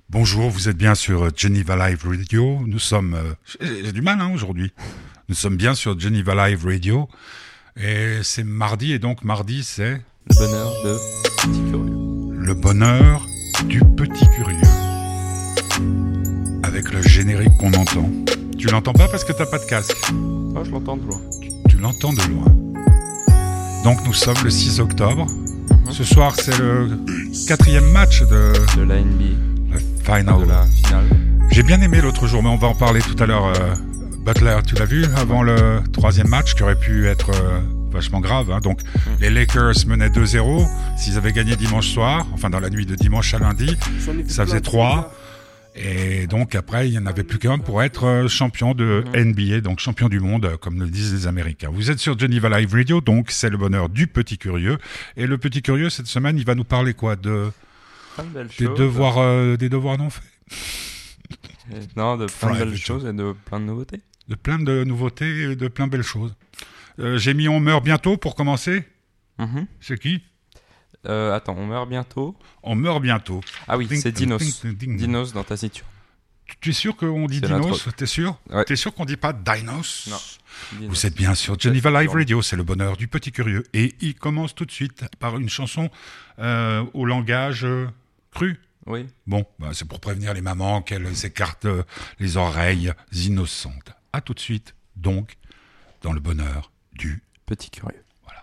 Bonjour, vous êtes bien sur Geneva Live Radio. Nous sommes... j'ai du mal aujourd'hui. Nous sommes bien sur Geneva Live Radio. Et c'est mardi, et donc mardi c'est... Le bonheur de Petit Curieux. Le bonheur du Petit Curieux. Avec le générique qu'on entend. Tu l'entends pas parce que t'as pas de casque. Oh, je l'entends de loin. Tu l'entends de loin. Donc nous sommes le 6 octobre. Ce soir c'est le 4e match de la NBA. La final. De la finale. J'ai bien aimé l'autre jour, mais on va en parler tout à l'heure. Butler, tu l'as vu avant le 3e match qui aurait pu être vachement grave. Hein. Donc les Lakers menaient 2-0. S'ils avaient gagné dimanche soir, enfin dans la nuit de dimanche à lundi, ça faisait 3. Et donc après, il n'y en avait plus qu'un pour être champion de NBA, donc champion du monde, comme le disent les Américains. Vous êtes sur Geneva Live Radio, donc c'est le bonheur du Petit Curieux. Et le Petit Curieux, cette semaine, il va nous parler quoi des devoirs non faits. Non, de plein de belles choses et de plein de nouveautés. De plein de nouveautés et de plein de belles choses. J'ai mis On meurt bientôt pour commencer. C'est qui Attends, On meurt bientôt. On meurt bientôt. Ah oui, c'est Dinos. Dinos dans ta signature. Tu es sûr qu'on dit Dinos ? T'es sûr ? Ouais. T'es sûr qu'on dit pas Dinos ? Non. Dinos. Vous êtes bien sur Geneva Live Radio, c'est le bonheur du Petit Curieux. Et il commence tout de suite par une chanson au langage cru. Oui. Bon, c'est pour prévenir les mamans qu'elles écartent les oreilles innocentes. À tout de suite, donc, dans le bonheur du Petit Curieux. Voilà.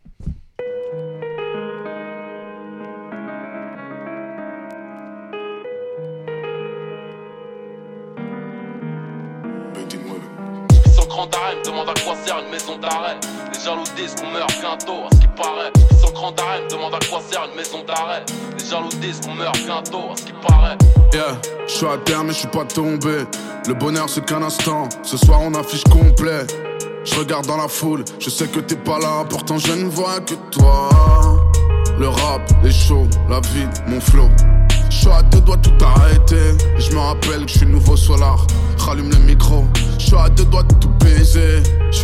Son grand d'arrêt me demande à quoi sert une maison d'arrêt. Les jaloux disent qu'on meurt bientôt, à ce qui paraît. Son grand d'arrêt me demande à quoi sert une maison d'arrêt. Les jaloux disent qu'on meurt bientôt, à ce qui paraît. Yeah, je suis à terre mais je suis pas tombé. Le bonheur c'est qu'un instant, ce soir on affiche complet. Je regarde dans la foule, je sais que t'es pas là, pourtant je ne vois que toi. Le rap, les shows, la vie, mon flow. Je suis à deux doigts de tout arrêter. Et je me rappelle que je suis nouveau solar. Rallume le micro, je suis à deux doigts de tout baiser. Je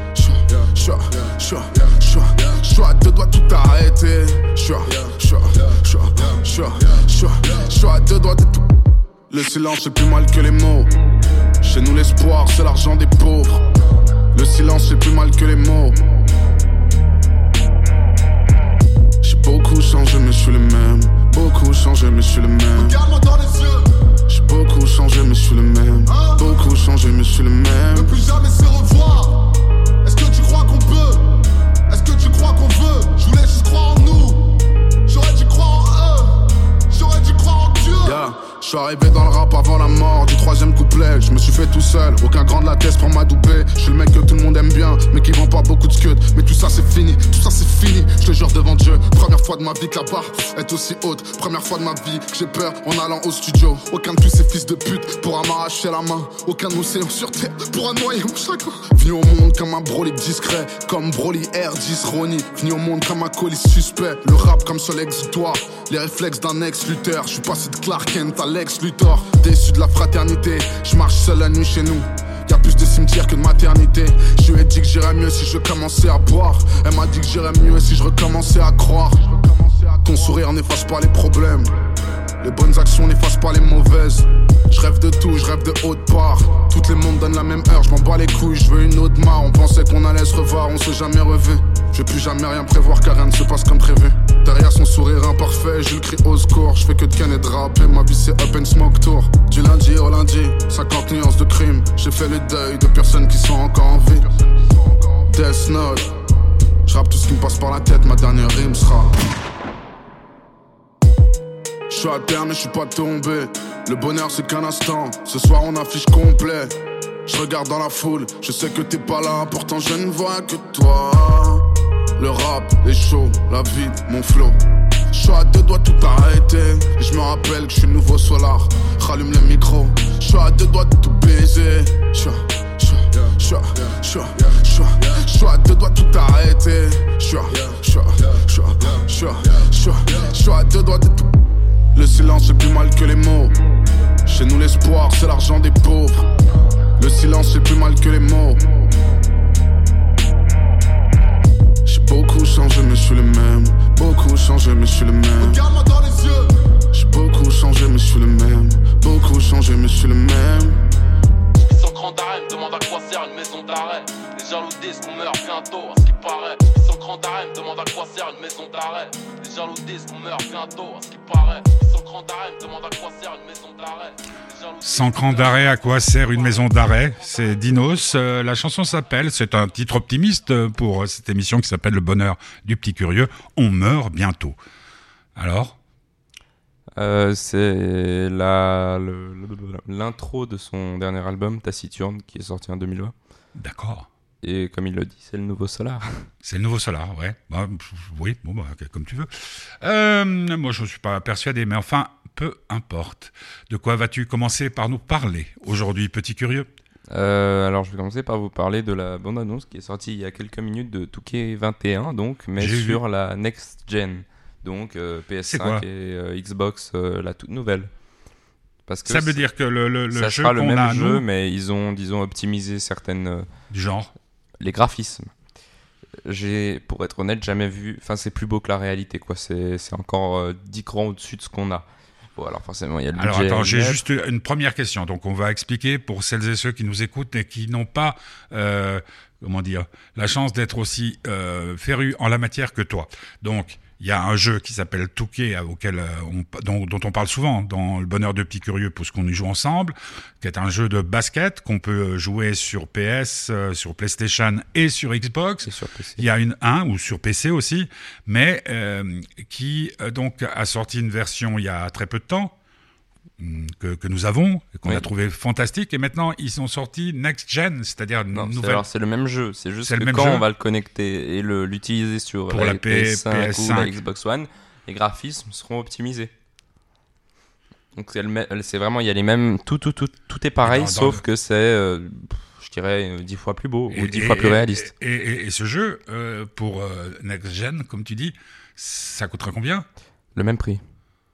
suis à deux doigts de tout arrêter. Je suis à deux doigts de tout. Le silence c'est plus mal que les mots. Chez nous l'espoir c'est l'argent des pauvres. Le silence c'est plus mal que les mots. J'ai beaucoup changé mais je suis le même. Beaucoup changé mais je suis le même. Regarde-moi dans les yeux. J'ai beaucoup changé mais je suis le même. Beaucoup changé mais je suis le même. Ne plus jamais se revoir. Est-ce que tu crois qu'on peut? Est-ce que tu crois qu'on veut? Je voulais juste croire en nous. J'aurais dû croire en eux. J'aurais dû croire en Dieu. Yeah. Je suis arrivé dans le rap avant la mort du 3e couplet. Je me suis fait tout seul, aucun grand de la tête pour m'adouber. Je suis le mec que tout le monde aime bien, mais qui vend pas beaucoup de scud. Mais tout ça c'est fini, je te jure devant Dieu. Première fois de ma vie que la barre est aussi haute. Première fois de ma vie que j'ai peur en allant au studio. Aucun de tous ces fils de pute pourra m'arracher la main. Aucun de nous séants sur terre pourra noyer mon chagrin. Venu au monde comme un Broly discret, comme Broly R10 Ronnie. Venu au monde comme un colis suspect. Le rap comme seul exutoire, les réflexes d'un ex-lutteur. Je suis passé de Clark Kent à Lex Luthor, déçu de la fraternité. Je marche seul la nuit chez nous. Y'a plus de cimetières que de maternité. Je lui ai dit que j'irais mieux si je commençais à boire. Elle m'a dit que j'irais mieux si je recommençais à croire. Ton sourire n'efface pas les problèmes. Les bonnes actions n'effacent pas les mauvaises. Je rêve de tout, je rêve de haute part. Toutes les mondes donnent la même heure, je m'en bats les couilles, je veux une autre mare. On pensait qu'on allait se revoir, on s'est jamais revu. Je vais plus jamais rien prévoir car rien ne se passe comme prévu. Derrière son sourire imparfait, je le crie au secours. Je fais que de ken et de rap et ma vie c'est up and smoke tour. Du lundi au lundi, 50 nuances de crime. J'ai fait le deuil de personnes qui sont encore en vie. Death Note, je rappe tout ce qui me passe par la tête, ma dernière rime sera. Je suis à terre mais je suis pas tombé. Le bonheur c'est qu'un instant, ce soir on affiche complet. Je regarde dans la foule, je sais que t'es pas là, pourtant je ne vois que toi. Le rap, les shows, la vie, mon flow. Je suis à deux doigts de tout arrêter. Et je me rappelle que je suis nouveau solar. Rallume le micro, je suis à deux doigts de tout baiser. Je suis à deux doigts de tout arrêter. Je suis à deux doigts de tout. Le silence c'est plus mal que les mots. Chez nous l'espoir c'est l'argent des pauvres. Le silence c'est plus mal que les mots. J'ai beaucoup changé mais je suis le même. Beaucoup changé mais je suis le même. Regarde-moi dans les yeux. J'ai beaucoup changé mais je suis le même. changé, mais je suis le même. Ils sont grands d'arrêt, me demandent à quoi sert une maison d'arrêt. Les jaloux disent qu'on meurt bientôt, à ce qui paraît. Ils sont grands d'arrêt, me demandent à quoi sert une maison d'arrêt. Les jaloux disent qu'on meurt bientôt, à ce qui paraît. Ils sont grands d'arrêt, me demandent à quoi sert une maison d'arrêt. Sans cran d'arrêt, à quoi sert une maison d'arrêt? C'est Dinos. La chanson s'appelle, c'est un titre optimiste pour cette émission qui s'appelle Le bonheur du petit curieux. On meurt bientôt. Alors? C'est l'intro de son dernier album, Taciturne, qui est sorti en 2020. D'accord. Et comme il le dit, c'est le nouveau Solar. C'est le nouveau Solar, ouais. Bah, oui, bon, bah, comme tu veux. Moi, je ne suis pas persuadé, mais enfin, peu importe. De quoi vas-tu commencer par nous parler aujourd'hui, petit curieux? Alors, je vais commencer par vous parler de la bande-annonce qui est sortie il y a quelques minutes de Touquet 21, donc, mais sur la Next Gen. Donc PS5 et Xbox, la toute nouvelle. Parce que ça veut dire que le ça jeu sera le qu'on même a, jeu, nous, mais ils ont, disons, optimisé certaines... du genre. Les graphismes. J'ai, pour être honnête, jamais vu... Enfin, c'est plus beau que la réalité, quoi. C'est encore 10 crans au-dessus de ce qu'on a. Bon, alors forcément, il y a le budget. Alors attends, j'ai juste une première question. Donc on va expliquer pour celles et ceux qui nous écoutent et qui n'ont pas... comment dire, la chance d'être aussi férus en la matière que toi. Donc, il y a un jeu qui s'appelle Touquet, dont on parle souvent dans Le bonheur de petit curieux, parce qu'on y joue ensemble, qui est un jeu de basket qu'on peut jouer sur PS, sur PlayStation et sur Xbox. Et sur PC. Il y a ou sur PC aussi, mais qui donc a sorti une version il y a très peu de temps, que nous avons, qu'on a trouvé fantastique, et maintenant ils sont sortis next gen, c'est-à-dire nouvelle. Alors c'est le même jeu, c'est juste que même quand jeu. on va le connecter et l'utiliser sur Pour la PS5 ou la PS5. Xbox One, les graphismes seront optimisés. Donc c'est vraiment, il y a les mêmes, tout est pareil, sauf que c'est, je dirais, 10 fois plus beau ou 10 fois plus réaliste. Et ce jeu, pour next gen, comme tu dis, ça coûtera combien? Le même prix.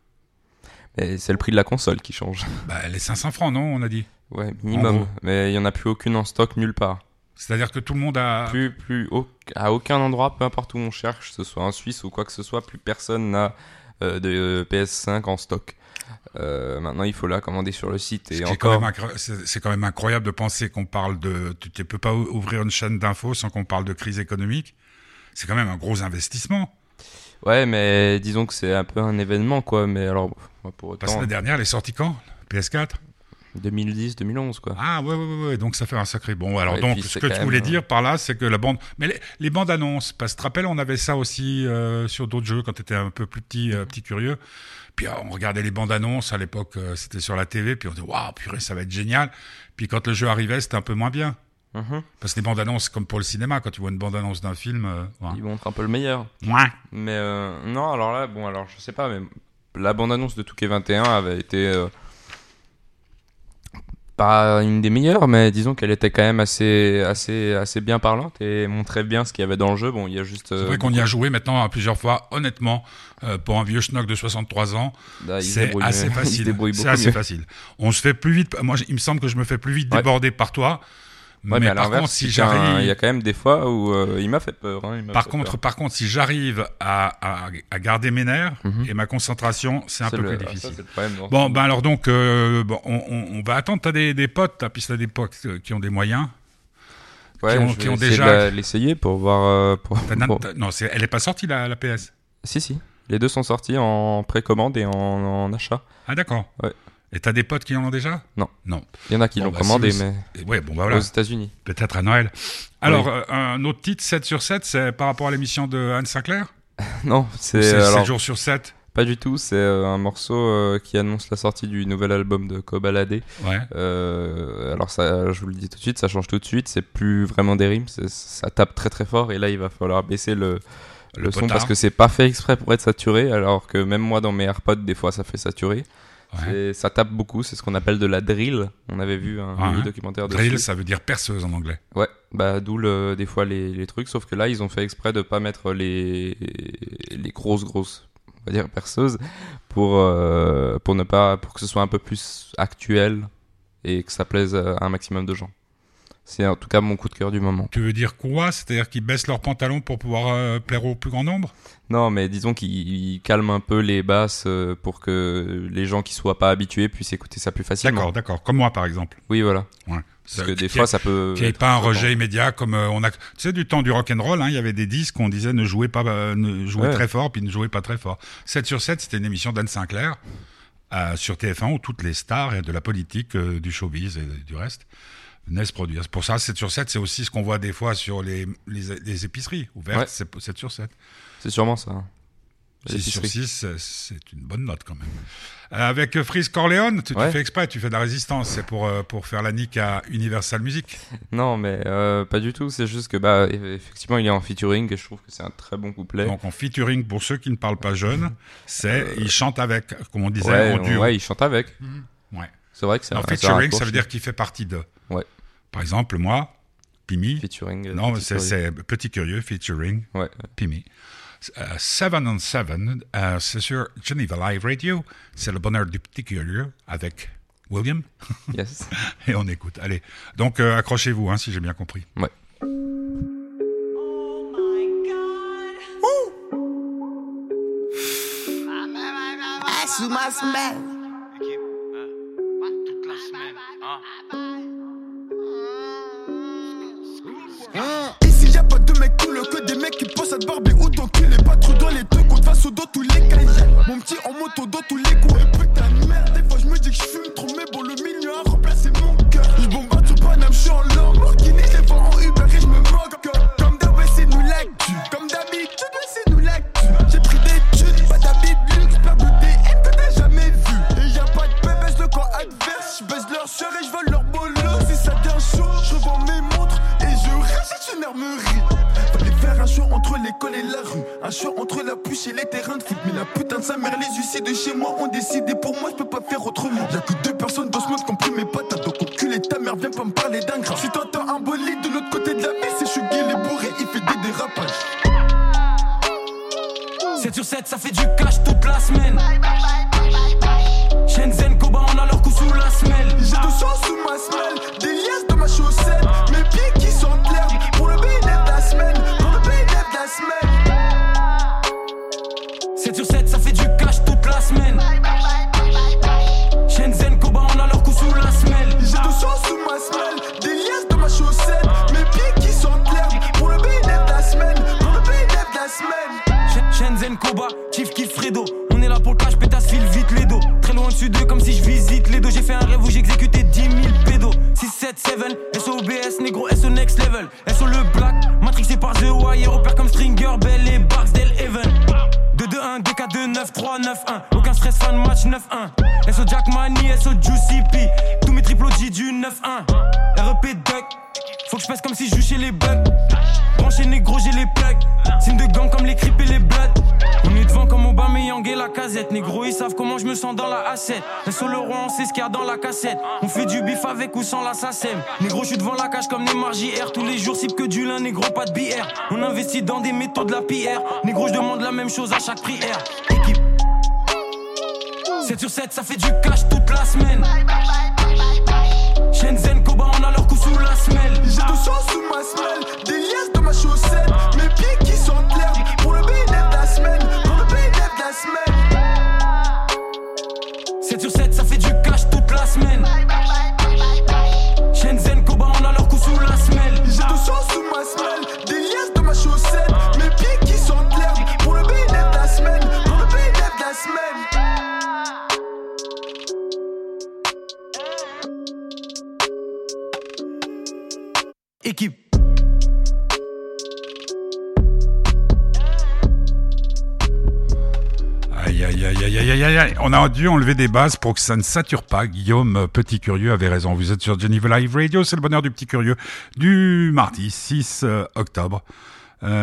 Et c'est le prix de la console qui change. Bah, les 500 francs, non, on a dit. Ouais, minimum. Mais il n'y en a plus aucune en stock nulle part. C'est-à-dire que tout le monde a... À aucun endroit, peu importe où on cherche, que ce soit en Suisse ou quoi que ce soit, plus personne n'a de PS5 en stock. Maintenant, il faut la commander sur le site. Et c'est quand même incroyable de penser qu'on parle de... Tu ne peux pas ouvrir une chaîne d'infos sans qu'on parle de crise économique. C'est quand même un gros investissement. Ouais, mais disons que c'est un peu un événement, quoi. Mais alors, pour autant... Parce que la dernière, elle est sortie quand? PS4 2010, 2011, quoi. Ah, ouais. Donc, ça fait un sacré... Bon, alors, ouais, donc, ce que tu voulais dire par là, c'est que la bande... Mais les bandes annonces, parce que tu te rappelles, on avait ça aussi sur d'autres jeux quand tu étais un peu plus petit curieux. Puis, on regardait les bandes annonces. À l'époque, c'était sur la TV. Puis, on disait, waouh, purée, ça va être génial. Puis, quand le jeu arrivait, c'était un peu moins bien. Parce que les bandes annonces, comme pour le cinéma, quand tu vois une bande annonce d'un film, ils montrent un peu le meilleur. Ouais. Mais non, alors là, je sais pas, mais la bande annonce de Touquet 21 avait été pas une des meilleures, mais disons qu'elle était quand même assez bien parlante et montrait bien ce qu'il y avait dans le jeu. Bon, il y a juste. C'est vrai qu'on y a joué maintenant plusieurs fois. Honnêtement, pour un vieux schnock de 63 ans, c'est assez facile. C'est assez facile. On se fait plus vite. Moi, il me semble que je me fais plus vite déborder par toi. Ouais, mais par contre, si j'arrive, il y a quand même des fois où il m'a fait peur. Par contre, si j'arrive à garder mes nerfs et ma concentration, c'est un peu plus difficile. Ça, c'est le problème, bon, ben alors donc, on va attendre. T'as des potes, puis t'as des potes qui ont des moyens. Ouais, qui ont déjà l'essayer pour voir. Non, elle est pas sortie la PS. Si, les deux sont sortis en précommande et en achat. Ah d'accord. Ouais. Et t'as des potes qui en ont déjà? Non. Non. Il y en a qui l'ont commandé, mais ouais, bon, bah voilà. Aux États-Unis. Peut-être à Noël. Alors, un autre titre, 7 sur 7, c'est par rapport à l'émission de Anne Sinclair? Non, c'est 7 jours sur 7. Pas du tout, c'est un morceau qui annonce la sortie du nouvel album de Kobalade. Ouais. Alors ça, je vous le dis tout de suite, ça change tout de suite, c'est plus vraiment des rimes, ça tape très très fort et là il va falloir baisser le son parce que c'est pas fait exprès pour être saturé, alors que même moi dans mes AirPods des fois ça fait saturer. Ouais. Ça tape beaucoup, c'est ce qu'on appelle de la drill. On avait vu un documentaire dessus. Drill, ça veut dire perceuse en anglais. Ouais, bah d'où des fois les trucs, sauf que là ils ont fait exprès de pas mettre les grosses, on va dire perceuses pour que ce soit un peu plus actuel et que ça plaise à un maximum de gens. C'est en tout cas mon coup de cœur du moment. Tu veux dire quoi? C'est-à-dire qu'ils baissent leurs pantalons pour pouvoir plaire au plus grand nombre? Non, mais disons qu'ils calment un peu les basses pour que les gens qui soient pas habitués puissent écouter ça plus facilement. D'accord. Comme moi, par exemple. Oui, voilà. Ouais. Parce que des fois, ça peut... Qu'il n'y ait pas un rejet immédiat comme on a... Tu sais, du temps du rock'n'roll, il y avait des disques où on disait ne jouez très fort, puis ne jouez pas très fort. 7/7, c'était une émission d'Anne Sinclair sur TF1 où toutes les stars et de la politique, du showbiz et du reste venaient se produire. Pour ça, 7/7, c'est aussi ce qu'on voit des fois sur les épiceries ouvertes, c'est 7/7. C'est sûrement ça. 6/6, c'est une bonne note quand même. Avec Freeze Corleone, tu fais exprès, tu fais de la résistance, c'est pour faire la nique à Universal Music. Non, mais pas du tout, c'est juste que effectivement il est en featuring et je trouve que c'est un très bon couplet. Donc en featuring, pour ceux qui ne parlent pas jeune, il chante avec, comme on disait, en duo. Ouais, il chante avec. Ouais. C'est vrai que c'est un featuring, ça veut dire qu'il fait partie de. Ouais. Par exemple, moi, Pimi. Featuring. Non, c'est Petit Curieux, featuring. Ouais. Pimi. 7 on 7, c'est sur Geneva Live Radio. C'est le bonheur du Petit Curieux avec William. Yes. Et on écoute. Allez. Donc, accrochez-vous, si j'ai bien compris. Ouais. Sous ma semelle. Toute la semaine, Ici y'a pas de mecs cool que des mecs qui pensent à te barber ou t'enculer. Pas trop dans les trucs, on te face au dos tous les cahiers. Mon petit en moto dans tous les coups. Et putain de merde, des fois je me dis que je fume trop, mais bon, le milieu a remplacé mon cœur. Je bombarde sur Paname, je suis en Lamborghini, je les vends en Uber et je me moque. Comme d'hab, c'est nous l'actu. Comme d'habitude, c'est nous l'actu. J'ai pris des thunes, pas d'habit de luxe, plein de DM que t'as jamais vu. Et y'a pas de paix, baisse le camp adverse. Je baisse leur sueur et je vole leur bolos. Si ça devient chaud, je revends mes montres et je rachète une armerie. Fallait faire un choix entre l'école et la rue. Un choix entre la puce et les terrains de foot. Mais la putain de sa mère, les huissiers de chez moi ont décidé pour moi, je peux pas faire autrement. Y'a que 2 personnes dans ce monde qui ont pris mes patates. Donc enculé ta mère, viens pas me parler d'un gras. Si t'entends un bolide de l'autre côté de la vie, c'est Chugui les bourrés, il fait des dérapages. 7/7, ça fait du cash toute la semaine. Shenzhen, Koba, on a leur coup sous la semelle. J'ai 200 sous ma semelle, des liasses dans ma chaussette. Mes pieds qui sentent l'herbe pour le BNF de la semaine. Pour le BNF de la semaine. 7/7, ça fait du cash toute la semaine. Shenzhen, Koba, on a leur coup sous la semelle. J'ai 200 sous ma semelle, des liasses dans ma chaussette. Mes pieds qui sentent l'herbe pour le BNF de la semaine. Pour le BNF de la semaine. Shenzhen, Koba, Chief Kiff Fredo. On est là pour le cash, pétasse, file vite les dos. Très loin dessus d'eux, comme si je visite les dos. J'ai fait un rêve où j'ai exécuté 10 000 pédos. 6, 7, 7, SOBS, négro, SO next level. SO le black, matrixé par The Wire. Repère comme Stringer, Bell et Barksdale Even. 2-2-1, 2K2, 9-3, 9-1. Aucun stress, fan match 9-1. SO Jack Money, SO Juicy P. Tous mes triples OG du 9-1. REP Duck, faut que je pèse comme si je joue chez les bugs. Branché négro, j'ai les plugs. Signe de gang comme les creeps et les bloods. On est devant comme Aubameyang et la casette. Négro, ils savent comment je me sens dans la A7. Mais sur le roi, on sait ce qu'il y a dans la cassette. On fait du bif avec ou sans la SACEM. Négro, je suis devant la cage comme Neymar JR. Tous les jours, cible que du lin, négro, pas de BR. On investit dans des métaux de la PR. Négro, je demande la même chose à chaque prière. Équipe 7/7, ça fait du cash toute la semaine. Shenzhen, Koba, on a leur coup sous la semelle. J'ai 200 sous ma semelle, des liasses dans ma chaussette. Mes pieds qui sentent l'herbe pour le BNF de la semaine. Pour le BNF de la semaine. 7/7, ça fait du cash toute la semaine. Shenzhen, Koba, on a leur coup sous la semelle. J'ai 200 sous ma semelle, des liasses dans ma chaussette. Mes pieds qui sentent l'herbe pour le BNF de la semaine. Pour le BNF de la semaine. Équipe. Aïe. On a dû enlever des bases pour que ça ne sature pas. Guillaume Petit Curieux avait raison. Vous êtes sur Geneva Live Radio, c'est le bonheur du Petit Curieux du mardi 6 octobre.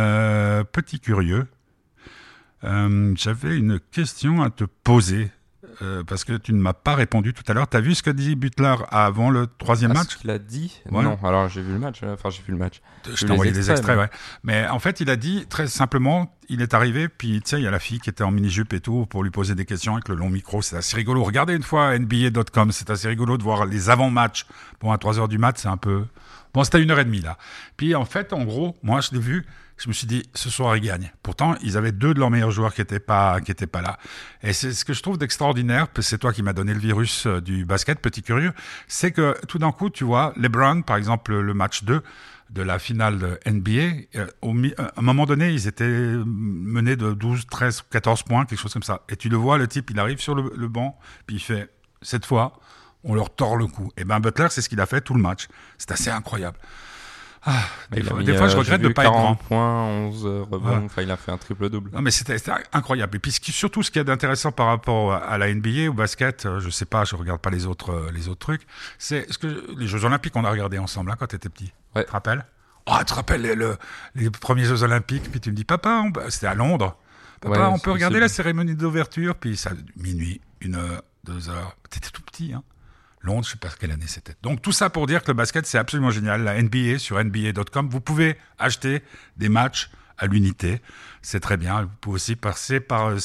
Petit Curieux, j'avais une question à te poser. parce que tu ne m'as pas répondu tout à l'heure. Tu as vu ce que dit Butler avant le troisième match? Ce qu'il a dit Ouais. Non, alors j'ai vu le match. Je t'ai envoyé des extraits, ouais. Mais en fait, il a dit très simplement, il est arrivé, puis tu sais, il y a la fille qui était en mini-jupe et tout, pour lui poser des questions avec le long micro. C'est assez rigolo. Regardez une fois NBA.com, c'est assez rigolo de voir les avant-matchs. Bon, à 3h du mat, c'est un peu... Bon, c'était à 1h30, là. Puis en fait, en gros, moi, je l'ai vu, je me suis dit, ce soir, ils gagnent. Pourtant, ils avaient 2 de leurs meilleurs joueurs qui étaient pas là. Et c'est ce que je trouve d'extraordinaire, parce que c'est toi qui m'as donné le virus du basket, petit curieux, c'est que tout d'un coup, tu vois, LeBron, par exemple, le match 2 de la finale de NBA, à un moment donné, ils étaient menés de 12, 13, 14 points, quelque chose comme ça. Et tu le vois, le type, il arrive sur le banc, puis il fait, cette fois, on leur tord le cou. Et ben Butler, c'est ce qu'il a fait tout le match. C'est assez incroyable. Des fois, je regrette de ne pas être grand. 40 points, 11 rebonds, enfin, il a fait un triple-double. Non, mais c'était incroyable. Et puis, surtout, ce qui est intéressant par rapport à la NBA, au basket, je sais pas, je regarde pas les autres trucs, c'est ce que les Jeux Olympiques, on a regardé ensemble, hein, quand tu étais petit. Ouais. Tu te rappelles? Oh, tu te rappelles les premiers Jeux Olympiques, puis tu me dis, papa, c'était à Londres. Papa, Ouais, on peut regarder la cérémonie d'ouverture, puis ça, minuit, 1h, 2h. T'étais tout petit, hein. Londres, je ne sais pas quelle année c'était. Donc tout ça pour dire que le basket, c'est absolument génial. La NBA sur NBA.com, vous pouvez acheter des matchs à l'unité. C'est très bien. Vous pouvez aussi passer par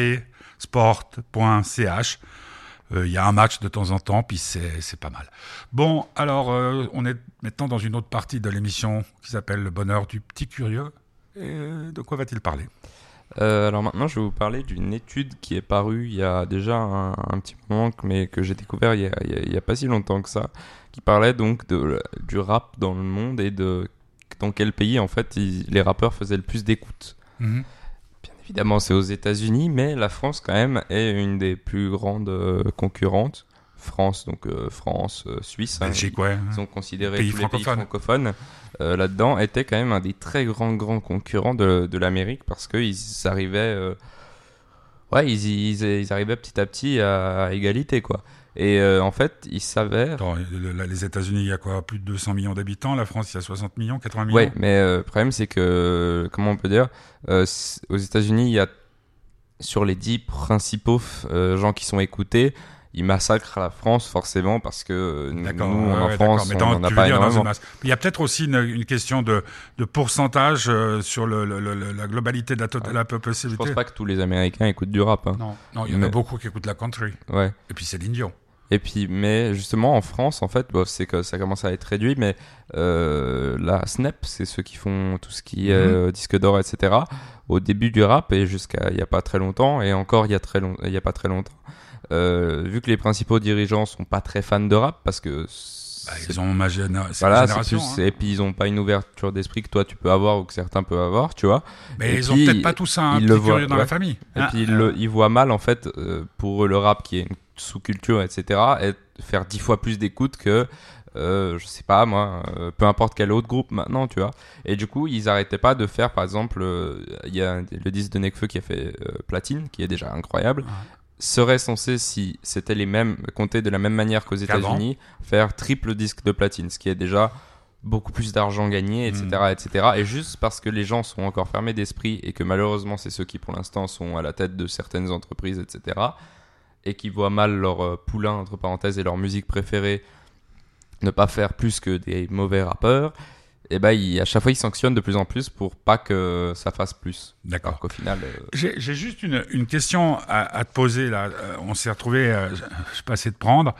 skysport.ch. Il y a un match de temps en temps, puis c'est pas mal. Bon, alors, on est maintenant dans une autre partie de l'émission qui s'appelle Le bonheur du petit curieux. Et de quoi va-t-il parler ? Alors maintenant, je vais vous parler d'une étude qui est parue il y a déjà un petit moment, mais que j'ai découvert il y a pas si longtemps que ça, qui parlait donc du rap dans le monde et de dans quel pays en fait les rappeurs faisaient le plus d'écoute. Mm-hmm. Bien évidemment, c'est aux États-Unis, mais la France quand même est une des plus grandes concurrentes. France, donc France, Suisse, Belgique, hein, ouais. Ils sont considérés Pays tous les pays francophones. Là-dedans, étaient quand même un des très grands concurrents de l'Amérique parce qu'ils arrivaient, ils arrivaient petit à petit à égalité, quoi. Et en fait, il s'avère... Attends, les États-Unis, il y a quoi? Plus de 200 millions d'habitants. La France, il y a 60 millions, 80 millions. Ouais, mais le problème, c'est que, comment on peut dire, aux États-Unis, il y a sur les 10 principaux gens qui sont écoutés, ils massacrent la France forcément parce que nous en France, on n'en a pas énormément. Il y a peut-être aussi une question de pourcentage sur la globalité de la population. Je pense pas que tous les Américains écoutent du rap. Hein. Non, il y en a beaucoup qui écoutent la country. Ouais. Et puis Céline Dion. Et puis, mais justement en France, en fait, c'est que ça commence à être réduit, mais la Snap, c'est ceux qui font tout ce qui est disque d'or, etc. Au début du rap et jusqu'à il y a pas très longtemps, et encore il y a pas très longtemps. Vu que les principaux dirigeants sont pas très fans de rap parce que ils ont génération, et puis ils ont pas une ouverture d'esprit que toi tu peux avoir ou que certains peuvent avoir, tu vois. Mais ils ont peut-être pas tous un petit curieux dans la famille. Et puis ils voient mal en fait pour eux le rap qui est une sous-culture, etc. et faire 10 fois plus d'écoute que je sais pas moi, peu importe quel autre groupe maintenant, tu vois. Et du coup ils arrêtaient pas de faire, par exemple il y a le disque de Nekfeu qui a fait Platine, qui est déjà incroyable. Serait censé, si c'était les mêmes, compter de la même manière qu'aux États-Unis, faire triple disque de platine, ce qui est déjà beaucoup plus d'argent gagné, etc., etc. Et juste parce que les gens sont encore fermés d'esprit et que malheureusement c'est ceux qui pour l'instant sont à la tête de certaines entreprises, etc., et qui voient mal leur poulain entre parenthèses et leur musique préférée ne pas faire plus que des mauvais rappeurs. Et à chaque fois, ils sanctionnent de plus en plus pour pas que ça fasse plus. D'accord. Alors qu'au final... J'ai juste une question à te poser, là. On s'est retrouvés, je passais de prendre.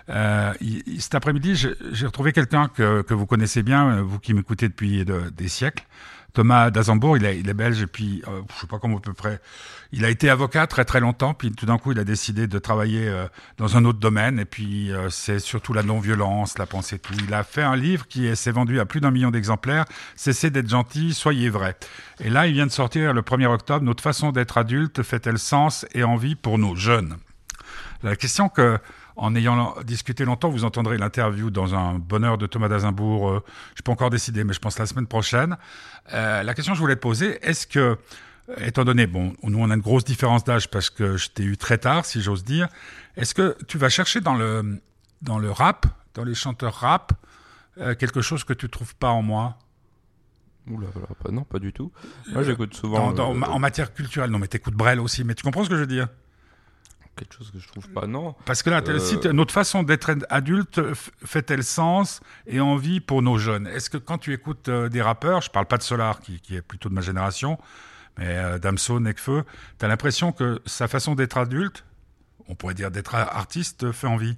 Cet après-midi, j'ai retrouvé quelqu'un que vous connaissez bien, vous qui m'écoutez depuis des siècles. Thomas Dazambourg, il est belge, et puis, je sais pas comment à peu près, il a été avocat très très longtemps, puis tout d'un coup, il a décidé de travailler dans un autre domaine, et puis c'est surtout la non-violence, la pensée, tout. Il a fait un livre qui s'est vendu à plus d'1 million d'exemplaires, Cessez d'être gentil, soyez vrai. Et là, il vient de sortir le 1er octobre, Notre façon d'être adulte fait-elle sens et envie pour nos jeunes? La question que, en ayant discuté longtemps, vous entendrez l'interview dans un bonheur de Thomas Dazambourg. Je n'ai pas encore décidé, mais je pense la semaine prochaine. La question que je voulais te poser, est-ce que, étant donné, bon, nous on a une grosse différence d'âge parce que je t'ai eu très tard, si j'ose dire, est-ce que tu vas chercher dans le rap, dans les chanteurs rap, quelque chose que tu ne trouves pas en moi? Oula, non, pas du tout. Moi, j'écoute souvent... En matière culturelle, non, mais t'écoutes Brel aussi, mais tu comprends ce que je veux dire? quelque chose que je trouve pas, non. Parce que là, notre façon d'être adulte fait-elle sens et envie pour nos jeunes? Est-ce que quand tu écoutes des rappeurs, je parle pas de Solar, qui est plutôt de ma génération, mais Damso, Nekfeu, t'as l'impression que sa façon d'être adulte, on pourrait dire d'être artiste, fait envie?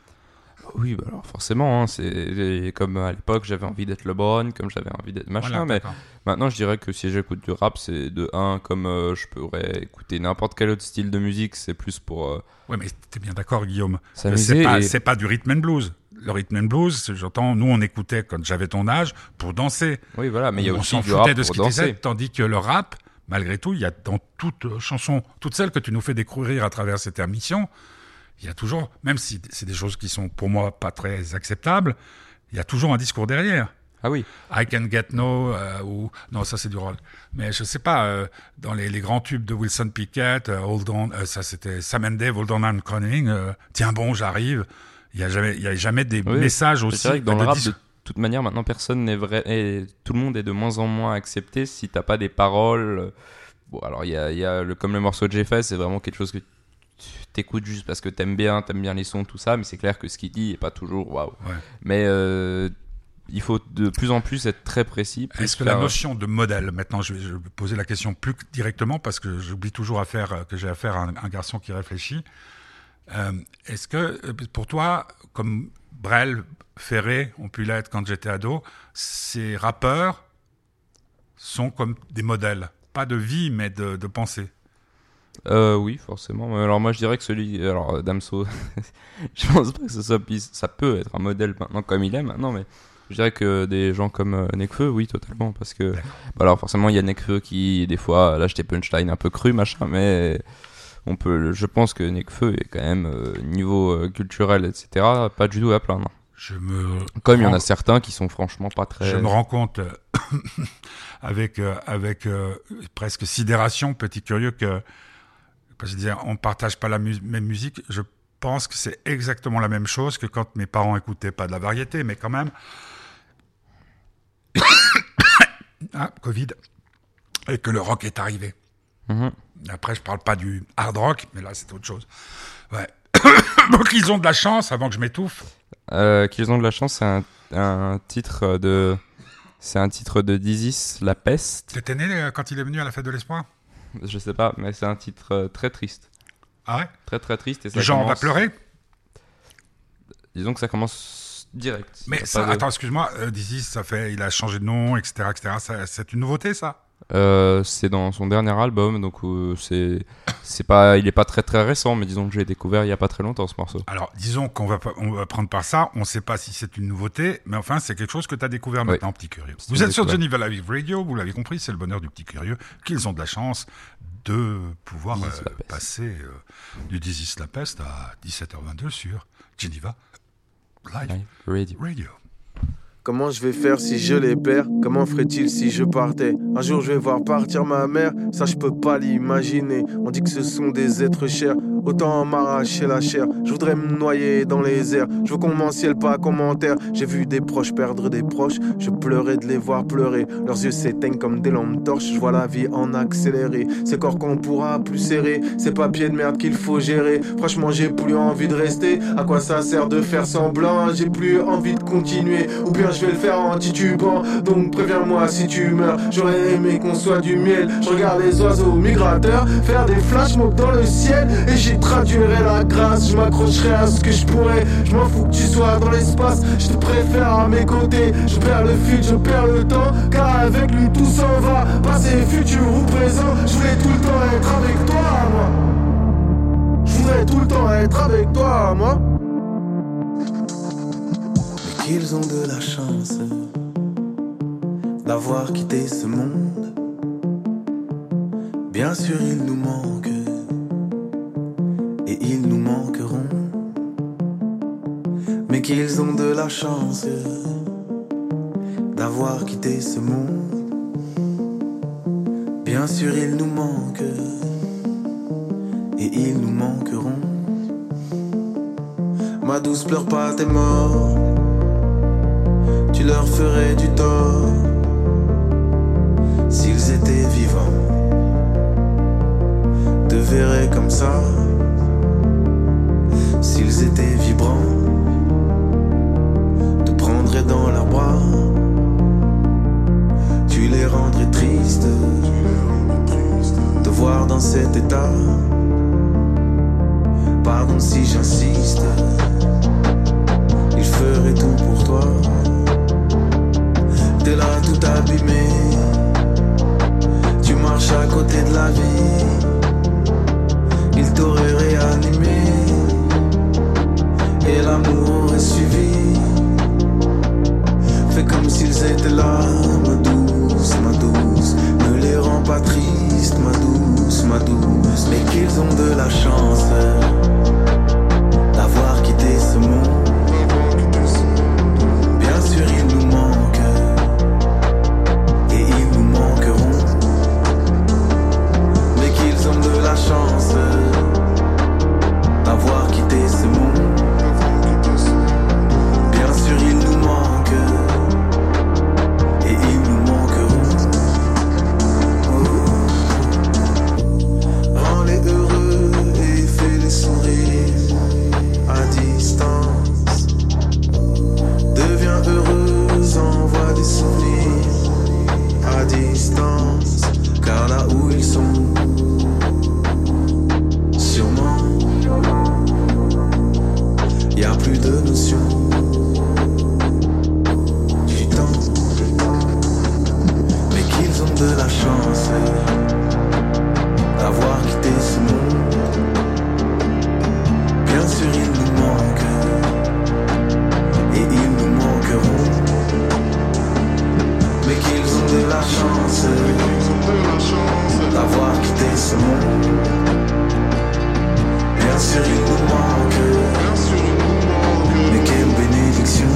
Oui, bah alors forcément, hein, c'est comme à l'époque, j'avais envie d'être LeBron, comme j'avais envie d'être machin, Voilà, mais d'accord. maintenant je dirais que si j'écoute du rap, c'est de 1, comme je pourrais écouter n'importe quel autre style de musique, c'est plus pour Ouais, mais t'es bien d'accord, Guillaume. s'amuser. C'est pas du rhythm and blues. Le rhythm and blues, j'entends, nous on écoutait quand j'avais ton âge pour danser. Oui, voilà, mais il y a On aussi s'en du foutait rap de ce pour qu'il disait, danser. tandis que le rap, malgré tout, il y a dans toute chanson, toutes celles que tu nous fais découvrir à travers cette émission, il y a toujours, même si c'est des choses qui sont pour moi pas très acceptables, il y a toujours un discours derrière. Ah oui. I Can Get No, ou non, ça c'est du rock. Mais je sais pas, dans les grands tubes de Wilson Pickett, Hold On, ça c'était Sam and Dave, Hold On I'm Coming, tiens bon, j'arrive. Il y a jamais des messages aussi. C'est vrai que dans le rap, de toute manière, maintenant personne n'est vrai, et tout le monde est de moins en moins accepté si t'as pas des paroles. Bon, alors il y a comme le morceau de J'ai fait, c'est vraiment quelque chose que t'écoutes juste parce que t'aimes bien les sons, tout ça, mais c'est clair que ce qu'il dit est pas toujours waouh. Ouais. Mais il faut de plus en plus être très précis. Est-ce que la notion de modèle, maintenant je vais poser la question plus directement parce que j'oublie toujours que j'ai affaire à un garçon qui réfléchit. Est-ce que pour toi, comme Brel, Ferré ont pu l'être quand j'étais ado, ces rappeurs sont comme des modèles, pas de vie mais de pensée? Oui, forcément. Alors moi je dirais que alors Damso, je pense pas que ça peut être un modèle maintenant comme il est maintenant, mais je dirais que des gens comme Nekfeu, oui, totalement, parce que alors forcément il y a Nekfeu qui des fois lâche des punchlines un peu crus, machin, mais je pense que Nekfeu est quand même niveau culturel, etc., pas du tout à plaindre. Comme il y en a certains qui sont franchement pas très. Je me rends compte avec presque sidération, petit curieux, que parce que je disais, on partage pas la même musique. Je pense que c'est exactement la même chose que quand mes parents écoutaient pas de la variété, mais quand même. Covid, et que le rock est arrivé. Mm-hmm. Après, je parle pas du hard rock, mais là, c'est autre chose. Ouais. Donc, ils ont de la chance, avant que je m'étouffe. Qu'ils ont de la chance, c'est un titre de... C'est un titre de Dizzy, La Peste. T'étais né quand il est venu à la Fête de l'Espoir? Je sais pas, mais c'est un titre très triste. Ah ouais? Très très triste. Et ça Genre, commence... on va pleurer? Disons que ça commence direct. Mais ça, attends, excuse-moi, Dizzy, il a changé de nom, etc. C'est une nouveauté, ça? C'est dans son dernier album, donc il est pas très très récent, mais disons que j'ai découvert il y a pas très longtemps ce morceau. Alors, disons qu'on va prendre par ça, on sait pas si c'est une nouveauté, mais enfin, c'est quelque chose que tu as découvert maintenant, petit curieux. Vous êtes sur Geneva Live Radio, vous l'avez compris, c'est le bonheur du petit curieux, qu'ils ont de la chance de pouvoir passer du Dizzy La Peste à 17h22 sur Geneva Live Radio. Comment je vais faire si je les perds? Comment ferait-il si je partais? Un jour je vais voir partir ma mère, ça je peux pas l'imaginer. On dit que ce sont des êtres chers, autant m'arracher la chair. Je voudrais me noyer dans les airs, je veux qu'on m'en ciel pas commentaire. J'ai vu des proches perdre des proches, je pleurais de les voir pleurer. Leurs yeux s'éteignent comme des lampes torches, je vois la vie en accéléré. Ces corps qu'on pourra plus serrer, ces papiers de merde qu'il faut gérer. Franchement j'ai plus envie de rester, à quoi ça sert de faire semblant? J'ai plus envie de continuer, ou bien je vais le faire en titubant. Donc préviens-moi si tu meurs, j'aurais aimé qu'on soit du miel. Je regarde les oiseaux migrateurs faire des flash mobs dans le ciel, et j'y traduirai la grâce. Je m'accrocherai à ce que je pourrais, je m'en fous que tu sois dans l'espace, je te préfère à mes côtés. Je perds le fil, je perds le temps, car avec lui tout s'en va, passé, futur ou présent. Je voulais tout le temps être avec toi, moi. Je voudrais tout le temps être avec toi, moi. Ils ont de la chance d'avoir quitté ce monde. Bien sûr ils nous manquent et ils nous manqueront. Mais qu'ils ont de la chance d'avoir quitté ce monde. Bien sûr ils nous manquent et ils nous manqueront. Ma douce, pleure pas, t'es mort. Tu leur ferais du tort s'ils étaient vivants. Te verrais comme ça, s'ils étaient vibrants, te prendraient dans leurs bras, tu les rendrais tristes, te voir dans cet état. Pardon si j'insiste, ils feraient tout pour toi. T'es là tout abîmé, tu marches à côté de la vie, ils t'auraient réanimé et l'amour aurait suivi. Fais comme s'ils étaient là, ma douce, ne les rends pas tristes, ma douce, mais qu'ils ont de la chance d'avoir quitté ce monde. Bien sûr ils nous manquent et ils nous manqueront, mais qu'ils ont de la chance d'avoir quitté ce monde. Bien sûr ils nous manquent et ils nous manqueront. Rends-les heureux et fais-les sourire à distance. Deviens heureuse, envoie des souvenirs à distance. Car là où ils sont, sûrement, y a plus de notion du temps. Mais qu'ils ont de la chance d'avoir quitté ce monde. Bien sûr ils nous manquent et ils nous manqueront, mais qu'ils ont de la chance d'avoir quitté ce monde. Bien sûr ils nous manquent, mais quelle bénédiction.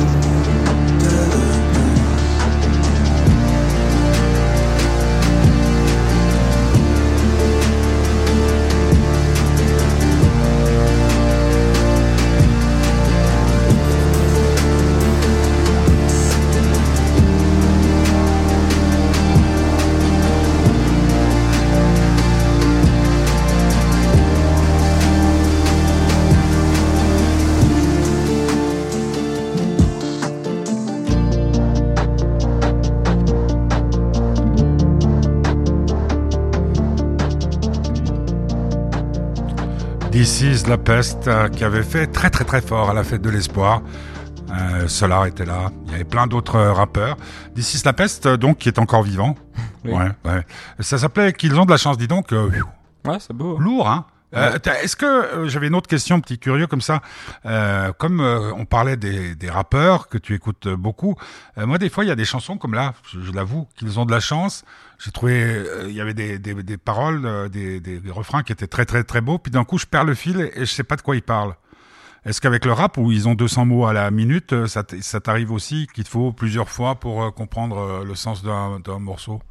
This is La Peste qui avait fait très très très fort à la fête de l'espoir. Solar était là, il y avait plein d'autres rappeurs. This is La Peste donc qui est encore vivant. Oui. Ouais. Ça s'appelait Qu'ils ont de la chance, dis donc. Ouais, c'est beau. Lourd, hein. Ouais. Est-ce que j'avais une autre question, petit curieux comme ça, comme on parlait des rappeurs que tu écoutes beaucoup, moi des fois il y a des chansons comme là, je l'avoue, Qu'ils ont de la chance. J'ai trouvé il y avait des paroles, des refrains qui étaient très très très beaux, puis d'un coup je perds le fil et je sais pas de quoi ils parlent. Est-ce qu'avec le rap où ils ont 200 mots à la minute, ça t'arrive aussi qu'il te faut plusieurs fois pour comprendre le sens d'un morceau?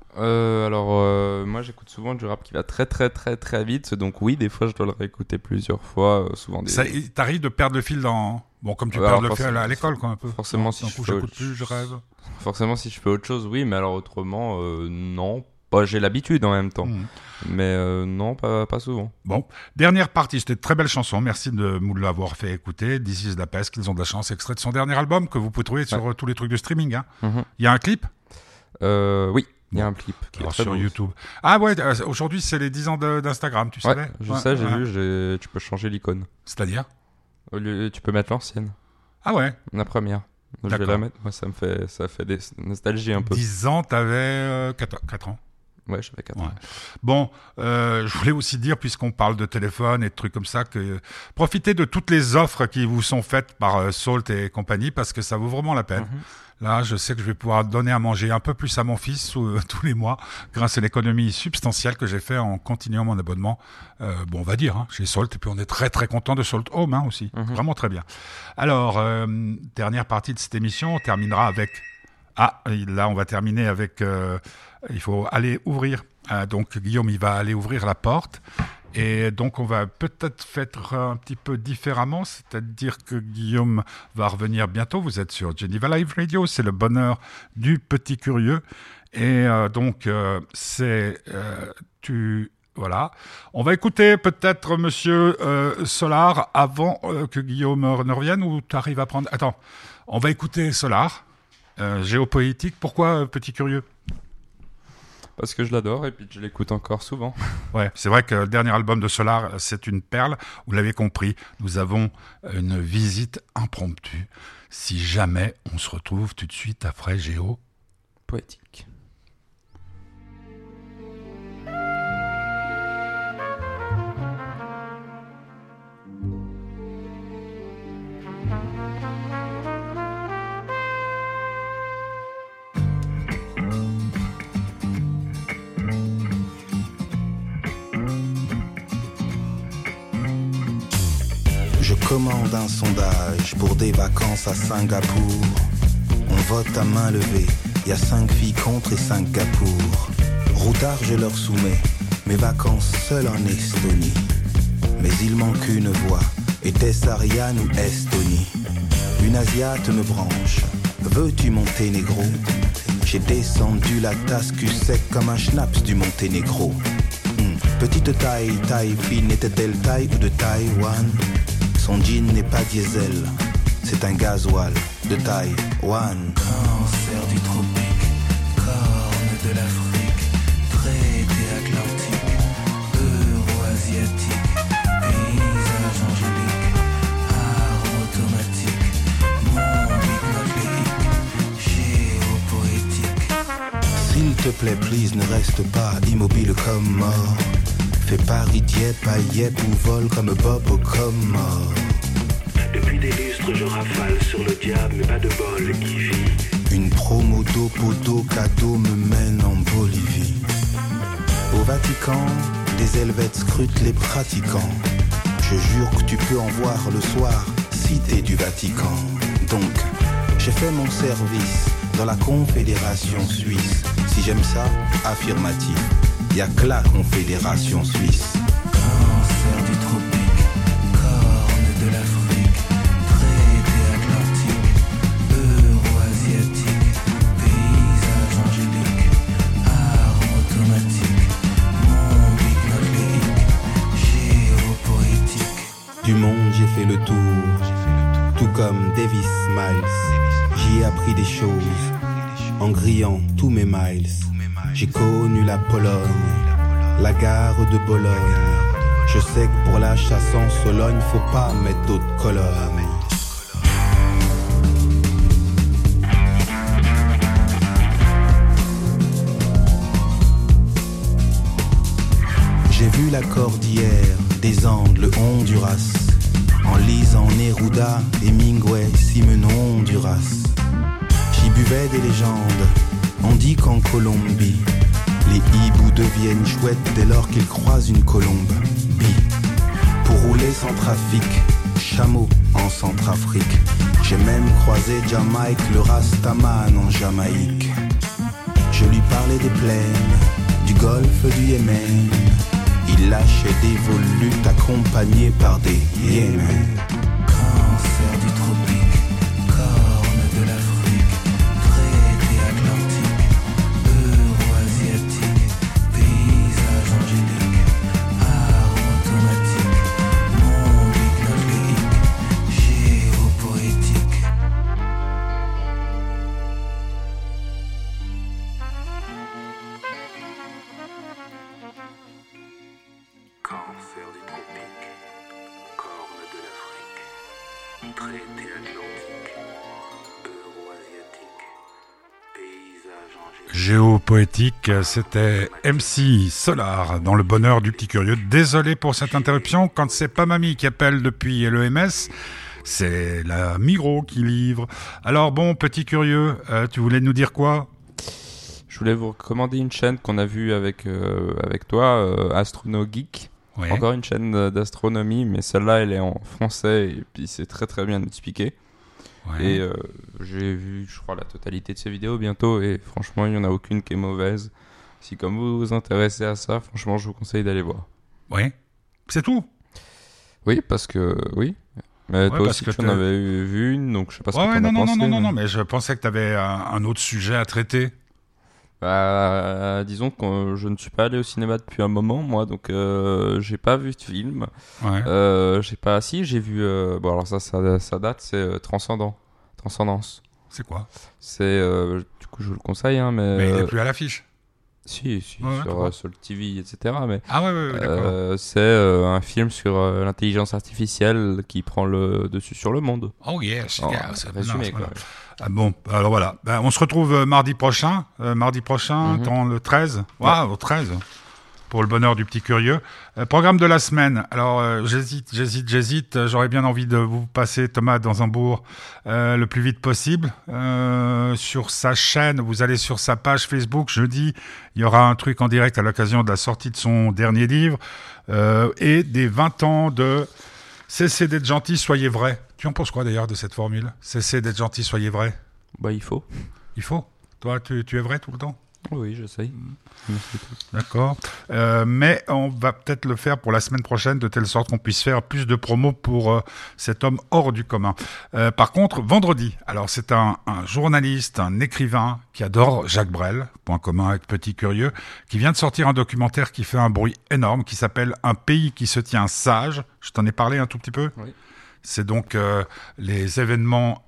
Moi j'écoute souvent du rap qui va très très très très vite, donc oui, des fois je dois le réécouter plusieurs fois, souvent des... Ça t'arrive de perdre le fil dans... Bon, comme tu perds le fil à l'école, quoi, un peu. Forcément, si j'écoute plus, je rêve. Forcément, si je fais autre chose, oui, mais alors autrement, non. Bah, j'ai l'habitude en même temps. Mais non, pas souvent. Bon, dernière partie, c'était une très belle chanson. Merci de nous l'avoir fait écouter. This is La Peste, Qu'ils ont de la chance, extrait de son dernier album que vous pouvez trouver sur tous les trucs de streaming. Hein. Il y a un clip? Oui. Il y a un clip qui est sur YouTube. Ah ouais, aujourd'hui c'est les 10 ans d'Instagram, tu savais? Je sais, j'ai vu, tu peux changer l'icône. C'est-à-dire? Tu peux mettre l'ancienne. Ah ouais? La première. Je vais la mettre, moi ça fait des nostalgies un peu. 10 ans, t'avais 4 ans. Ouais, j'avais 4 ans. Bon, je voulais aussi dire, puisqu'on parle de téléphone et de trucs comme ça, que profitez de toutes les offres qui vous sont faites par Salt et compagnie, parce que ça vaut vraiment la peine. Là, je sais que je vais pouvoir donner à manger un peu plus à mon fils tous les mois, grâce à l'économie substantielle que j'ai fait en continuant mon abonnement. On va dire, chez Salt. Et puis, on est très, très content de Salt Home aussi. Vraiment très bien. Alors, dernière partie de cette émission, on terminera avec... Ah, là, on va terminer avec... il faut aller ouvrir. Donc, Guillaume, il va aller ouvrir la porte. Et donc, on va peut-être faire un petit peu différemment, c'est-à-dire que Guillaume va revenir bientôt. Vous êtes sur Geneva Live Radio, c'est le bonheur du petit curieux. Et donc, Voilà. On va écouter peut-être Monsieur Solar avant que Guillaume ne revienne, ou tu arrives à prendre... Attends, on va écouter Solar, Géopoétique. Pourquoi Petit Curieux ? Parce que je l'adore et puis je l'écoute encore souvent. Ouais, c'est vrai que le dernier album de Solar, c'est une perle. Vous l'avez compris, nous avons une visite impromptue. Si jamais on se retrouve tout de suite après Poétique. Je commande un sondage pour des vacances à Singapour. On vote à main levée, y a 5 filles contre et 5 gars pour. Routard, je leur soumets mes vacances seules en Estonie. Mais il manque une voix, était-ce Ariane ou Estonie? Une Asiate me branche, veux-tu monter négro? J'ai descendu la tasse cul sec comme un schnaps du Monténégro. Petite taille, taille fine, était-elle taille ou de Taïwan? Son jean n'est pas diesel, c'est un gasoil de Taïwan. Cancer du tropique, corne de l'Afrique, traité atlantique, euro-asiatique, paysage angélique, art automatique, monde hypnotéique, géopoétique. S'il te plaît, please, ne reste pas immobile comme mort. Fais Paris Dieppe à Yep ou vole comme Bob au Comore. Depuis des lustres je rafale sur le diable mais pas de bol qui vit. Une promo d'eau cadeau me mène en Bolivie. Au Vatican, des Helvètes scrutent les pratiquants. Je jure que tu peux en voir le soir, cité du Vatican. Donc, j'ai fait mon service dans la Confédération Suisse. Si j'aime ça, affirmatif. Y'a que la Confédération Suisse. Cancer du tropique, corne de l'Afrique, traité atlantique, euro-asiatique, paysage angélique, art automatique, monde hypnotéique, géopoétique. Du monde j'ai fait le tour, tout comme Davis Miles. J'y ai appris des choses, en grillant tous mes miles. J'ai connu la Pologne, la gare de Bologne. Je sais que pour la chasse en Sologne, faut pas mettre d'autres colonnes. J'ai vu la cordillère des Andes, le Honduras, en lisant Neruda, Hemingway, Simon Honduras. J'y buvais des légendes. On dit qu'en Colombie, les hiboux deviennent chouettes dès lors qu'ils croisent une colombe. Pour rouler sans trafic, chameau en Centrafrique. J'ai même croisé Jamaïque, le Rastaman en Jamaïque. Je lui parlais des plaines, du golfe du Yémen. Il lâchait des volutes accompagnés par des hyènes. Cancer du tropique, corne de l'Afrique, traité atlantique, euro-asiatique, paysage angélique, art automatique, monde hypnotéique, géopoétique. Cancer du tropique, corne de l'Afrique, traité atlantique, euro-asiatique, paysage angélique. Géopoétique, c'était MC Solar dans le bonheur du petit curieux. Désolé pour cette interruption, quand c'est pas mamie qui appelle depuis l'EMS, c'est la Migros qui livre. Alors bon, petit curieux, tu voulais nous dire quoi ? Je voulais vous recommander une chaîne qu'on a vue avec toi, Astrono Geek. Ouais. Encore une chaîne d'astronomie, mais celle-là, elle est en français et puis c'est très très bien expliqué. Ouais. Et j'ai vu, je crois, la totalité de ces vidéos bientôt et franchement, il n'y en a aucune qui est mauvaise. Si comme vous vous intéressez à ça, franchement, je vous conseille d'aller voir. Ouais, c'est tout. Oui, parce que... Oui. Mais Ouais, toi parce aussi, que tu en avais vu une, donc je sais pas ce que Ouais, t'en as pensé. non, mais je pensais que tu avais un autre sujet à traiter. Disons que je ne suis pas allé au cinéma depuis un moment, moi, donc j'ai pas vu de film. Ouais. J'ai vu. Bon, alors ça date, c'est Transcendance. C'est quoi? C'est. Du coup, je vous le conseille, hein, Mais il n'est plus à l'affiche. Si, sur le TV, etc. Mais, ah ouais, d'accord. C'est un film sur l'intelligence artificielle qui prend le dessus sur le monde. Oh yes, c'est résumé, quoi. Ah bon, alors voilà. On se retrouve mardi prochain. Dans le 13. Waouh, 13. Pour le bonheur du petit curieux. Programme de la semaine. Alors, j'hésite. J'aurais bien envie de vous passer Thomas Dansembourg le plus vite possible. Sur sa chaîne, vous allez sur sa page Facebook. Jeudi, il y aura un truc en direct à l'occasion de la sortie de son dernier livre. Et des 20 ans de Cessez d'être gentil, soyez vrai. Tu en penses quoi d'ailleurs de cette formule? Cessez d'être gentil, soyez vrai. Bah, il faut. Il faut. Toi, tu es vrai tout le temps? Oui, j'essaye. D'accord. Mais on va peut-être le faire pour la semaine prochaine, de telle sorte qu'on puisse faire plus de promos pour cet homme hors du commun. Par contre, vendredi, alors c'est un journaliste, un écrivain qui adore Jacques Brel, point commun avec Petit Curieux, qui vient de sortir un documentaire qui fait un bruit énorme, qui s'appelle « Un pays qui se tient sage ». Je t'en ai parlé un tout petit peu. Oui. C'est donc les événements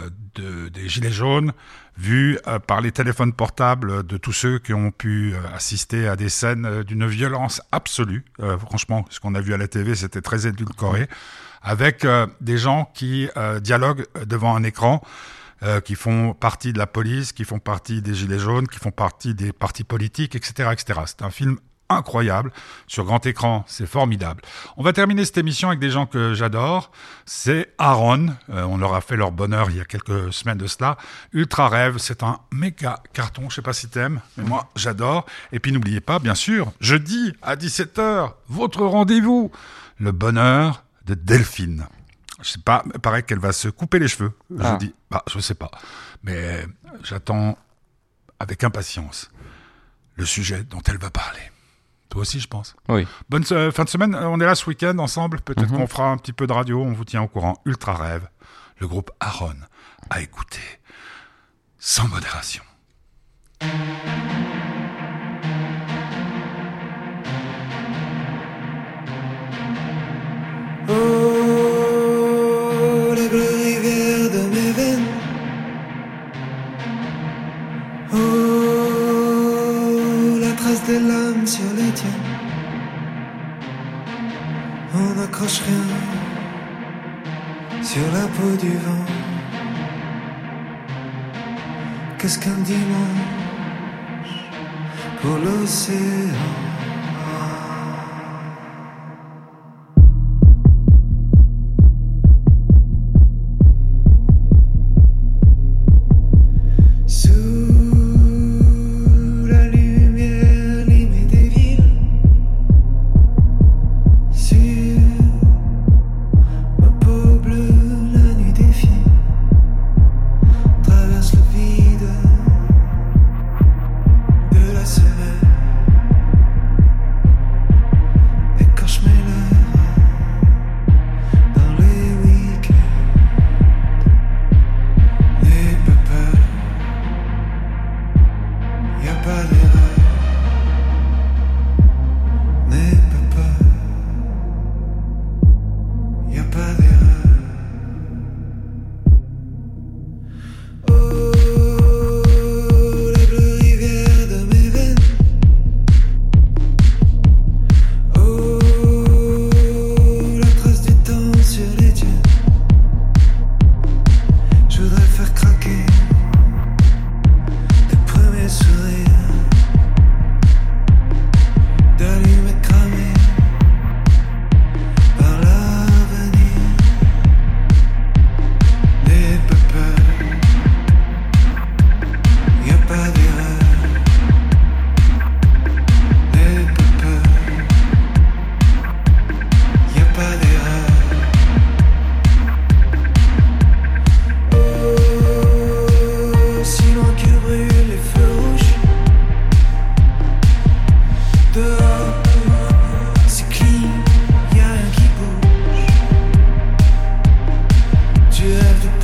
des Gilets jaunes vus par les téléphones portables de tous ceux qui ont pu assister à des scènes d'une violence absolue. Franchement, ce qu'on a vu à la TV, c'était très édulcoré, avec des gens qui dialoguent devant un écran, qui font partie de la police, qui font partie des Gilets jaunes, qui font partie des partis politiques, etc., etc. C'est un film incroyable. Sur grand écran, c'est formidable. On va terminer cette émission avec des gens que j'adore. C'est Aaron. On leur a fait leur bonheur il y a quelques semaines de cela. Ultra Rêve, c'est un méga carton. Je sais pas si t'aimes, mais moi, j'adore. Et puis, n'oubliez pas, bien sûr, jeudi à 17h, votre rendez-vous. Le bonheur de Delphine. Je sais pas, il paraît qu'elle va se couper les cheveux jeudi. Je sais pas. Mais j'attends avec impatience le sujet dont elle va parler. Toi aussi, je pense. Oui. Bonne fin de semaine. On est là ce week-end ensemble. Peut-être qu'on fera un petit peu de radio. On vous tient au courant. Ultra Rêve, le groupe Aaron, à écouter sans modération. Oh, la bleue rivière de mes veines. Oh, la trace des lames sur les tiennes. On n'accroche rien sur la peau du vent. Qu'est-ce qu'un dimanche pour l'océan? Tu rêves de